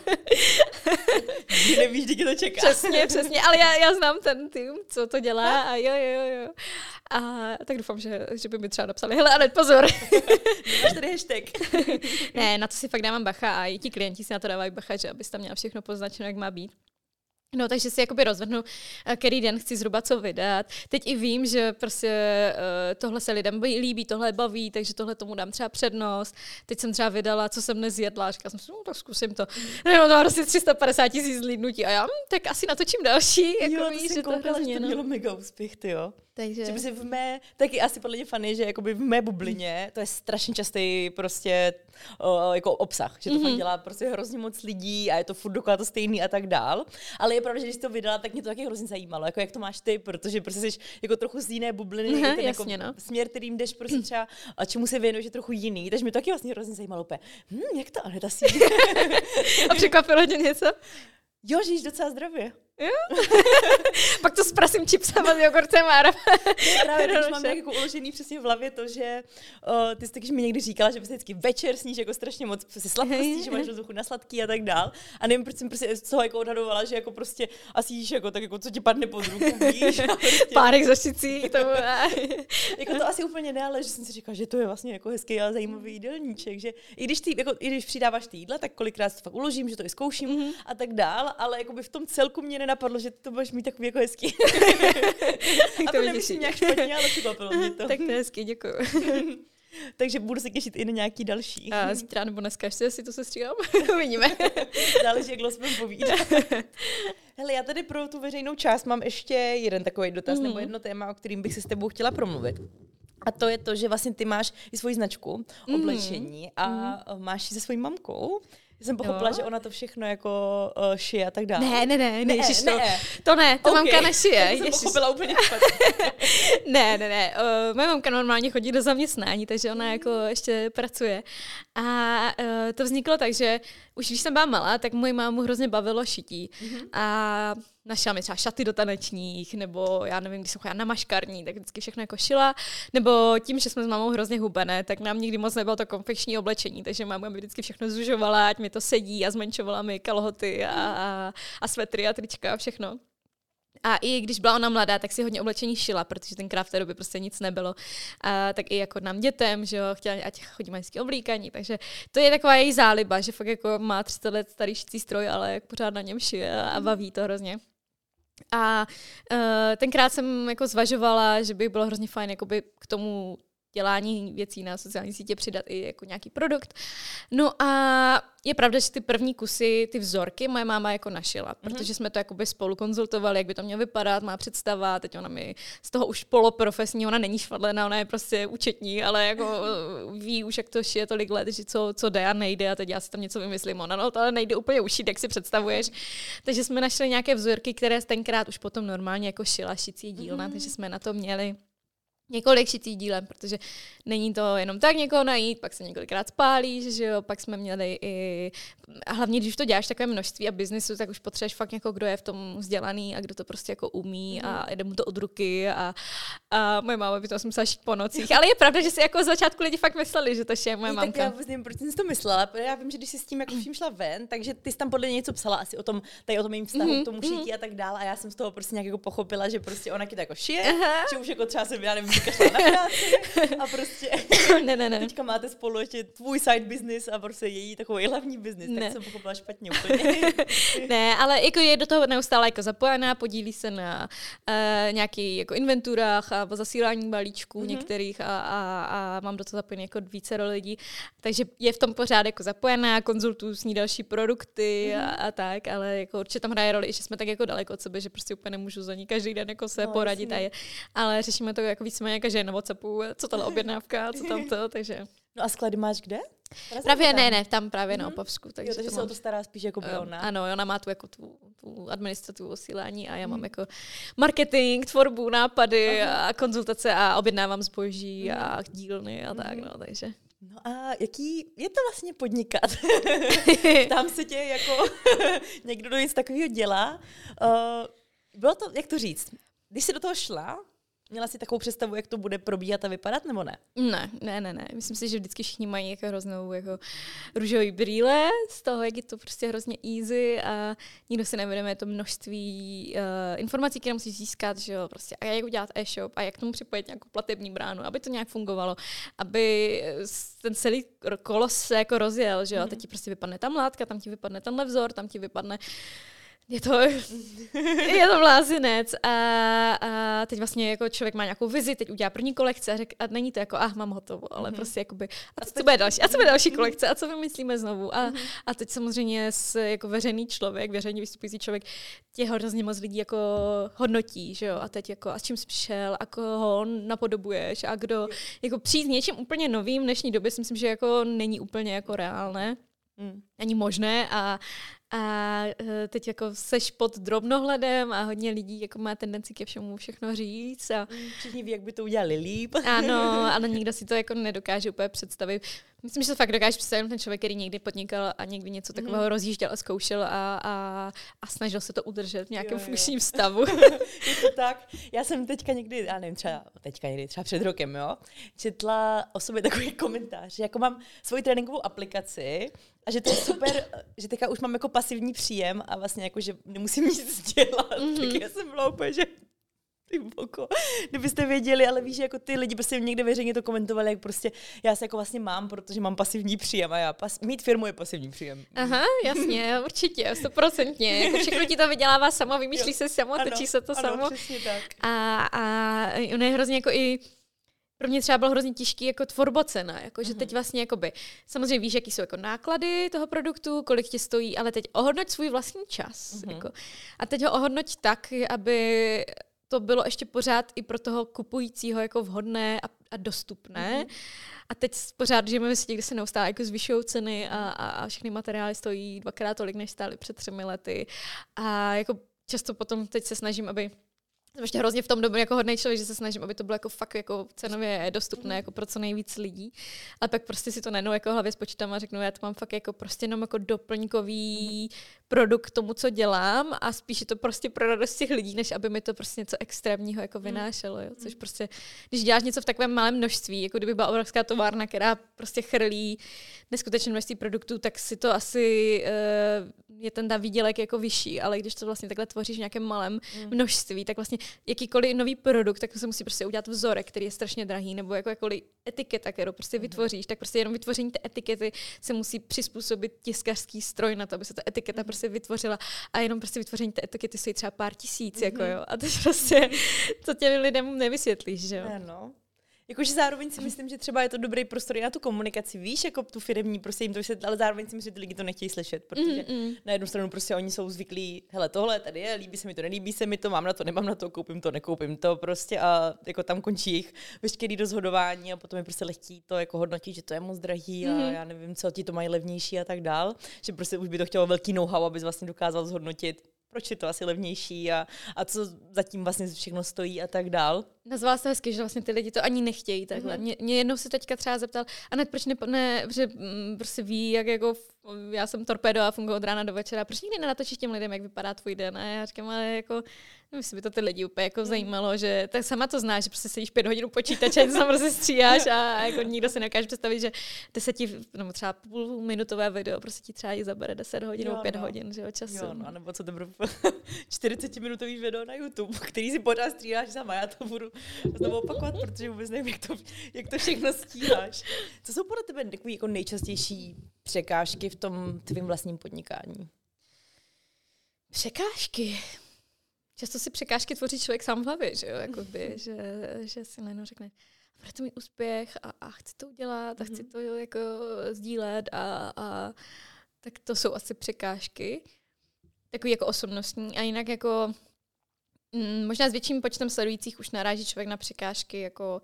Nevíš, kdy to čeká. Přesně, ale já znám ten tým, co to dělá a jo. A tak doufám, že by mi třeba napsali, hele, ale pozor. Máš tady hashtag. Ne, na to si fakt dávám bacha a i ti klienti si na to dávají bacha, že abys tam měla všechno poznačeno, jak má být. No, takže si jakoby rozvrhnu, který den chci zhruba co vydat. Teď i vím, že prostě tohle se lidem líbí, tohle baví, takže tohle tomu dám třeba přednost. Teď jsem třeba vydala, co jsem dnes jedla, říkala jsem si, no tak zkusím to. No, to má prostě 350 000 zlídnutí a já, tak asi natočím další. Jako víš, že to hrozně, to mělo mega úspěch, tyjo. Takže že taky asi podle mě funny, že jakoby v mé bublině to je strašně častý prostě jako obsah, že to fakt dělá prostě hrozně moc lidí a je to furt dokola to stejný a tak dál. Ale je pravda, že když jsi to vydala, tak mě to taky hrozně zajímalo, jako jak to máš ty, protože prostě jsi jako trochu z jiné bubliny, ten jasně, jako směr, kterým jdeš prostě třeba a čemu se věnuješ, je trochu jiný, takže mě to taky vlastně hrozně zajímalo úplně. Jak to Aneta si? A překvapilo tě něco? Jo, že jíš docela zdravě. Jo? Pak to zprasím čipsama s jogurtem a právě když mám nějak jako uložený přesně v hlavě to, že ty jsi taky mi někdy říkala, že vždycky večer sníš jako strašně moc sladkostí, že máš rozruchu na sladký a tak dál. A nevím, proč jsem prostě z toho jako odhadovala, že jako prostě asi jíš jako tak jako co ti padne pod ruku, víš. Prostě, párek za šicí, to jako to asi úplně ne, ale že jsem si říkala, že to je vlastně jako hezký a zajímavý jídelníček, že i když přidáváš ty jídla, tak kolikrát to fakt uložím, že to i zkouším a tak dál, ale jako by v tom celku mě nenapadlo, že to budeš mít takový jako hezký. A to nemyslím nějak špatně, ale překvapilo mě to. Tak to je hezký, děkuju. Takže budu se těšit i na nějaký další. A zítra nebo dneska ještě si to sestříhám. Uvidíme. Záleží, jak dlouho budeme povídat. Hele, já tady pro tu veřejnou část mám ještě jeden takový dotaz nebo jedno téma, o kterým bych se s tebou chtěla promluvit. A to je to, že vlastně ty máš i svoji značku oblečení a máš ji se svojí mamkou. Já jsem pochopila, že ona to všechno jako šije a tak dále. Ne, ježiš, to ne, to mamka nešije. Já jsem pochopila úplně špatně. Ne. Moje mamka normálně chodí do zaměstnání, takže ona jako ještě pracuje. A to vzniklo tak, že už když jsem byla malá, tak moji mámu hrozně bavilo šití. A našla mi třeba šaty do tanečních, nebo já nevím, když jsem chodila na maškarní, tak vždycky všechno jako šila. Nebo tím, že jsme s mámou hrozně hubené, tak nám nikdy moc nebylo to konfekční oblečení, takže máma mi vždycky všechno zužovala, ať mi to sedí a zmenšovala mi kalhoty a svetry a trička a všechno. A i když byla ona mladá, tak si hodně oblečení šila, protože tenkrát v té době prostě nic nebylo. A tak i jako nám dětem, že jo, chtěla, ať chodíme hezky oblíkaní, takže to je taková její záliba, že fakt jako má 30 let starý šicí stroj, ale jak pořád na něm šije a baví to hrozně. A tenkrát jsem jako zvažovala, že by bylo hrozně fajn jakoby k tomu dělání věcí na sociální sítě přidat i jako nějaký produkt. No a je pravda, že ty první kusy, ty vzorky moje máma jako našila, protože jsme to jakoby spolu konzultovali, jak by to mělo vypadat, má představa, teď ona mi z toho už poloprofesní, ona není švadlená, ona je prostě účetní, ale jako ví už, jak to šije tolik let, že co jde a nejde a teď já si tam něco vymyslím. Ona to ale nejde úplně ušít, jak si představuješ. Takže jsme našli nějaké vzorky, které tenkrát už potom normálně jako šila šicí dílna, takže jsme na to měli několik šitých dílem, protože není to jenom tak někoho najít, pak se několikrát spálí, že jo, pak jsme měli i, a hlavně když to děláš takové množství a biznesu, tak už potřebuješ fakt někoho, kdo je v tom vzdělaný a kdo to prostě jako umí a jde mu to od ruky a moje máma by to musela šít po nocích, ale je pravda, že si jako z začátku lidi fakt mysleli, že to šije moje mamka. Tak já vůbec nevím, proč jsem si to myslela, já vím, že když jsi s tím jako vším šla ven, takže ty jsi tam podle něco psala asi o tom mým vztahu k tomu šití a tak dále a já jsem z toho prostě nějak jako pochopila, že prostě ona ti to jako šije, že už jako třeba se já nevím, vykašla na práci a prostě ne. Teďka máte spolu ještě tvůj side business a prostě její takový hlavní business, tak jsem pochopila špatně úplně. Ne, ale jako je do toho neustále jako zapojená, podílí se na nějakých jako inventurách a zasílání balíčků některých a mám do toho zapojený jako vícero lidí, takže je v tom pořád jako zapojená, konzultuju s ní další produkty a tak, ale jako určitě tam hraje roli, že jsme tak jako daleko od sebe, že prostě úplně nemůžu za ní každý den jako se poradit ale řešíme to jako víceméně každý na WhatsAppu, co tahle objednávka, co tam to, takže. No a sklady máš kde? Právě ne, tam právě na Opavsku. Takže se o to stará spíš jako ona. Ano, ona má tu jako tu administrativu osílání a já mám jako marketing, tvorbu, nápady a konzultace a objednávám zboží a dílny a tak, no, takže. No a jaký je to vlastně podnikat? Tam se tě jako někdo do nic takového dělá. Bylo to, jak to říct, když jsi do toho šla, měla jsi takovou představu, jak to bude probíhat a vypadat, nebo ne? Ne. Myslím si, že vždycky všichni mají jako hroznou jako růžový brýle z toho, jak je to prostě hrozně easy a nikdo si nevědomuje to množství informací, které musíš získat, že jo, prostě a jak udělat e-shop a jak tomu připojit nějakou platební bránu, aby to nějak fungovalo, aby ten celý kolos se jako rozjel, že jo, teď ti prostě vypadne ta mládka, tam ti vypadne tenhle vzor, tam ti vypadne je to blázinec a teď vlastně jako člověk má nějakou vizi, teď udělá první kolekce a není to jako mám hotovo, ale prostě jakoby a co bude další? A co bude další kolekce? A co vymyslíme znovu? A teď samozřejmě jako veřejný člověk, veřejně vystupující člověk, tě hrozně moc lidí jako hodnotí, že jo? A teď jako a s čím jsi přišel, a koho napodobuješ a kdo jako přijít s něčím úplně novým v dnešní době si myslím, že jako není úplně jako reálné. Není možné a teď jako seš pod drobnohledem a hodně lidí jako má tendenci ke všemu všechno říct. A všichni ví, jak by to udělali líp. Ano, ale nikdo si to jako nedokáže úplně představit. myslím, že se fakt dokážeš představit ten člověk, který někdy podnikal a někdy něco takového rozjížděl a zkoušel a snažil se to udržet v nějakém funkčním stavu. Je to tak. Já jsem teďka někdy, já nevím, třeba před rokem, jo, četla o sobě takový komentář, že jako mám svoji tréninkovou aplikaci a že to je super, že teďka už mám jako pasivní příjem a vlastně jako, že nemusím nic dělat. Tak já jsem byla úplně, že ty boko, kdybyste věděli, ale víš, že jako ty lidi prostě někde veřejně to komentovali, jak prostě já se jako vlastně mám, protože mám pasivní příjem a mít firmu je pasivní příjem. Aha, jasně, určitě, 100%. Jako všechno ti to vydělává samo, vymýšlí se samo, točí se to samo. Ano, přesně tak. A ono je hrozně jako i pro mě třeba bylo hrozně těžký jako tvorbocena, jako že teď vlastně jakoby, samozřejmě víš, jaký jsou jako náklady toho produktu, kolik ti stojí, ale teď ohodnoť svůj vlastní čas. Jako. A teď ho ohodnoť tak, aby to bylo ještě pořád i pro toho kupujícího jako vhodné a dostupné. A teď pořád žijeme ve světě, kde se neustále jako zvyšují ceny a všechny materiály stojí 2x tolik, než stály před 3 lety. A jako často potom teď se snažím, aby jsem ještě hrozně v tom době jako hodnej člověk, že se snažím, aby to bylo jako fakt jako cenově dostupné jako pro co nejvíc lidí. Ale pak prostě si to najednou jako hlavě spočítám a řeknu, já to mám fakt jako prostě jenom jako doplňkový produkt k tomu, co dělám a spíš je to prostě pro radost těch lidí, než aby mi to prostě něco extrémního jako vynášelo. Jo? Což prostě, když děláš něco v takovém malém množství, jako kdyby byla obrovská továrna, která prostě chrlí neskutečné množství produktů, tak si to asi je ten výdělek jako vyšší, ale když to vlastně takhle tvoříš v nějakém malém množství, tak vlastně jakýkoliv nový produkt, tak se musí prostě udělat vzorek, který je strašně drahý, nebo jakoukoliv etiketa, kterou prostě vytvoříš, tak prostě jenom vytvoření té etikety se musí přizpůsobit tiskařský stroj na to, aby se ta etiketa prostě vytvořila a jenom prostě vytvoření té etikety stojí třeba pár tisíc, jako jo. A to prostě to těm lidem nevysvětlíš, že jo. Ano. Jakože zároveň si myslím, že třeba je to dobrý prostor i na tu komunikaci, víš, jako tu firemní, prostě jim to vysvětlit, ale zároveň si myslím, že ty lidi to nechtějí slyšet, protože na jednu stranu prostě oni jsou zvyklí, hele, tohle tady je, líbí se mi to, nelíbí se mi to, mám na to, nemám na to, koupím to, nekoupím to, prostě a jako tam končí jejich veškerý rozhodování a potom je prostě lehký to jako hodnotit, že to je moc drahý a já nevím, co ti to mají levnější a tak dál, že prostě už by to chtělo velký know-how, abys vlastně dokázal zhodnotit, proč je to asi levnější a co zatím vlastně všechno stojí a tak dál. Nazvala se hezky, že vlastně ty lidi to ani nechtějí takhle. Mě jednou se teďka třeba zeptal, Anet, proč ne, protože prostě ví, jak jako já jsem torpédo a funguji od rána do večera, proč nikdy nenatočíš těm lidem, jak vypadá tvůj den? A já říkám, ale jako, nevím, by to ty lidi úplně jako zajímalo, že tak sama to znáš, že prostě sedíš 5 hodin u počítače, to tam prostě stříháš a jako nikdo si nedokáže představit, že 10 nebo třeba půlminutové video prostě ti třeba zabere 10 hodin nebo 5 hodin, že jo, času. Jo, no, nebo co to bylo 40-minutový video na YouTube, který si pořád stříháš sama, já to budu znovu opakovat, protože vůbec nevím, jak to všechno stíháš. Co jsou podle tebe takové jako nejčastější překážky v tom tvým vlastním podnikání? Překážky? Často si překážky tvoří člověk sám v hlavě, že jo, jakoby, že si najednou řekne, bude to mít úspěch a chci to udělat a chci to jako sdílet a tak to jsou asi překážky, takový jako osobnostní a jinak jako možná s větším počtem sledujících už naráží člověk na překážky, jako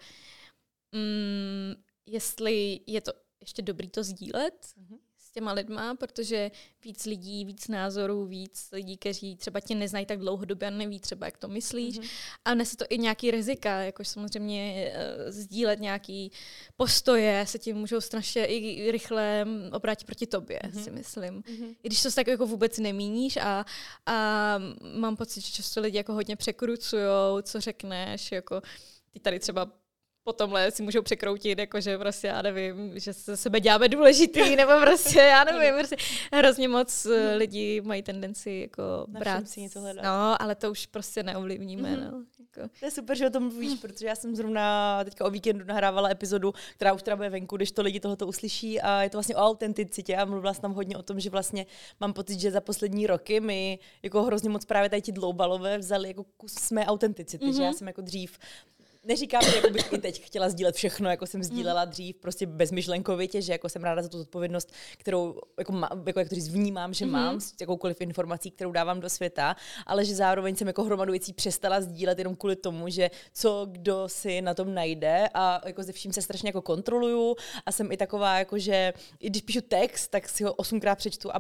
jestli je to ještě dobrý to sdílet s těma lidma, protože víc lidí, víc názorů, víc lidí, kteří třeba tě neznají tak dlouhodobě a neví třeba, jak to myslíš. A nese to i nějaký rizika, jakož samozřejmě sdílet nějaký postoje se ti můžou strašně i rychle obrátit proti tobě, si myslím. I když to tak jako vůbec nemíníš a mám pocit, že často lidi jako hodně překrucujou, co řekneš, jako ty tady třeba po tomhle si můžou překroutit, jakože prostě já nevím, že se sebe děláme důležitý, nebo prostě já nevím, prostě hrozně moc lidí mají tendenci jako brát. Si něco hledat. No, ale to už prostě neovlivníme. No, jako. To je super, že o tom mluvíš, protože já jsem zrovna teďka o víkendu nahrávala epizodu, která už teda bude venku, když to lidi tohoto uslyší a je to vlastně o autenticitě a mluvila jsem tam hodně o tom, že vlastně mám pocit, že za poslední roky my jako hrozně moc právě tady ti dloubalové vzali jako kus mé autenticity, že já jsem jako dřív neříkám, že jako bych i teď chtěla sdílet všechno, jako jsem sdílela dřív, prostě bezmyšlenkovitě, že jako jsem ráda za tu zodpovědnost, kterou jako jak to říct, vnímám, že mám s jakoukoliv informací, kterou dávám do světa, ale že zároveň jsem jako hromadu věcí přestala sdílet jenom kvůli tomu, že co kdo si na tom najde a jako ze vším se strašně jako kontroluju a jsem i taková, jako že i když píšu text, tak si ho 8krát přečtu, aby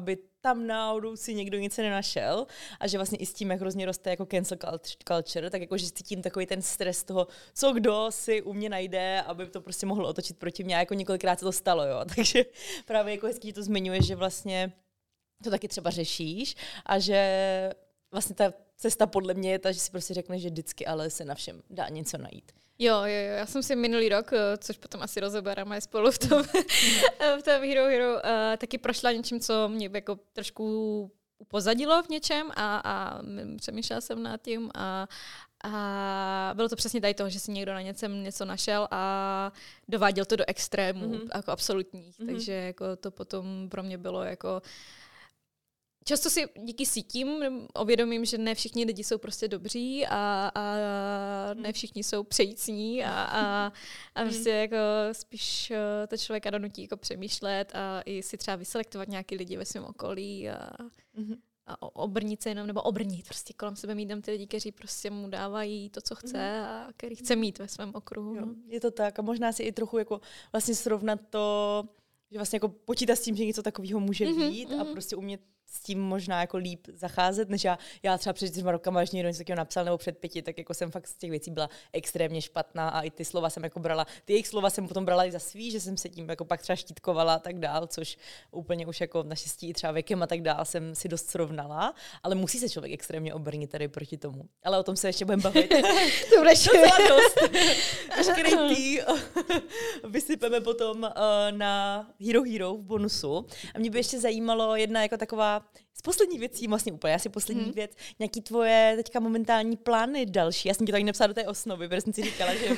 tam náhodou si někdo nic nenašel a že vlastně i s tím, jak hrozně roste jako cancel culture, tak jako, že cítím takový ten stres toho, co kdo si u mě najde, aby to prostě mohlo otočit proti mě, a jako několikrát se to stalo, jo. Takže právě jako hezký, že to zmiňuješ, že vlastně to taky třeba řešíš a že vlastně ta cesta podle mě je ta, že si prostě řekneš, že vždycky ale se na všem dá něco najít. Jo, já jsem si minulý rok, což potom asi rozebereme spolu v tom Hero Hero, taky prošla něčím, co mě jako trošku upozadilo v něčem a přemýšlela jsem nad tím a bylo to přesně tady toho, že si někdo na něčem něco našel a dováděl to do extrémů, jako absolutních, takže jako to potom pro mě bylo jako... Často si díky sítím uvědomím, že ne všichni lidi jsou prostě dobří a ne všichni jsou přejícní a prostě jako spíš to člověka donutí jako přemýšlet a i si třeba vyselektovat nějaký lidi ve svém okolí a obrnit se jenom, nebo obrnit prostě kolem sebe mít tam ty lidi, kteří prostě mu dávají to, co chce a který chce mít ve svém okruhu. Jo, je to tak a možná si i trochu jako vlastně srovnat to, že vlastně jako počítat s tím, že něco takového může být a prostě umět s tím možná jako líp zacházet, než já třeba před 4 rokama, když někdo něco takového napsal, nebo před 5, tak jako jsem fakt z těch věcí byla extrémně špatná a i ty slova jsem jako brala, ty jejich slova jsem potom brala i za svý, že jsem se tím jako pak třeba štítkovala a tak dál, což úplně už jako naštěstí třeba věkem a tak dál jsem si dost srovnala, ale musí se člověk extrémně obrnit tady proti tomu. Ale o tom se ještě budeme bavit. To bude dost. Veškerý vysypeme potom na Hero Hero v bonusu. A mě by ještě zajímalo jedna jako taková z posledních věcí, vlastně úplně asi poslední věc, nějaký tvoje teďka momentální plány další. Já jsem ti to tak nepsala do té osnovy, protože jsem si říkala, že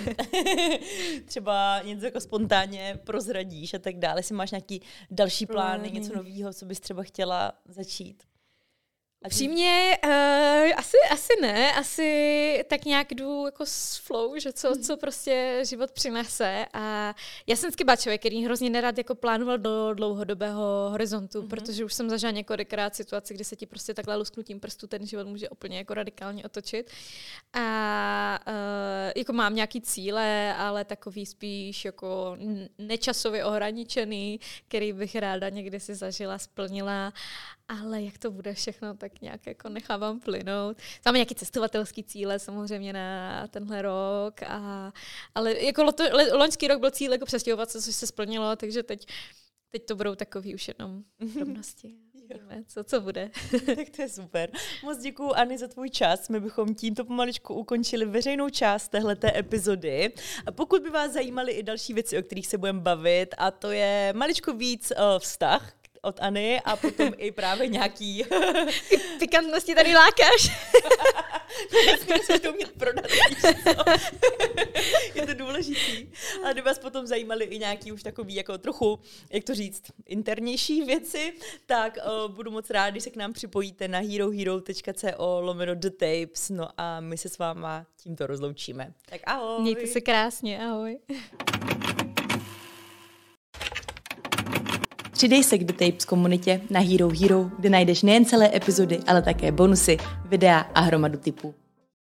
třeba něco jako spontánně prozradíš a tak dále. Jestli máš nějaký další plány, něco nového, co bys třeba chtěla začít? Přímě asi ne, asi tak nějak jdu jako s flow, že co prostě život přinese a já jsem vždycky byla člověk, který hrozně nerad jako plánoval do dlouhodobého horizontu, protože už jsem zažila několikrát situaci, kdy se ti prostě takhle lusknutím prstu ten život může úplně jako radikálně otočit a jako mám nějaký cíle, ale takový spíš jako nečasově ohraničený, který bych ráda někdy si zažila, splnila. Ale jak to bude všechno, tak nějak jako nechávám plynout. Máme nějaké cestovatelské cíle samozřejmě na tenhle rok, ale jako loňský rok byl cíl jako přestěhovat se, což se splnilo, takže teď to budou takový už jenom drobnosti. Víme, co bude. Tak to je super. Moc děkuju, Ani, za tvůj čas. My bychom tímto pomaličku ukončili veřejnou část téhleté epizody. A pokud by vás zajímaly i další věci, o kterých se budeme bavit, a to je maličko víc vztah od Ani a potom i právě nějaký... Pikantnosti tady lákáš. Musíš to umět prodat. Je to důležitý. Ale kdyby vás potom zajímaly i nějaký už takový jako trochu, jak to říct, internější věci, tak budu moc rád, když se k nám připojíte na herohero.co/thetapes. No a my se s váma tímto rozloučíme. Tak ahoj. Mějte se krásně, ahoj. Přidej se k The Tapes komunitě na Hero Hero, kde najdeš nejen celé epizody, ale také bonusy, videa a hromadu tipů.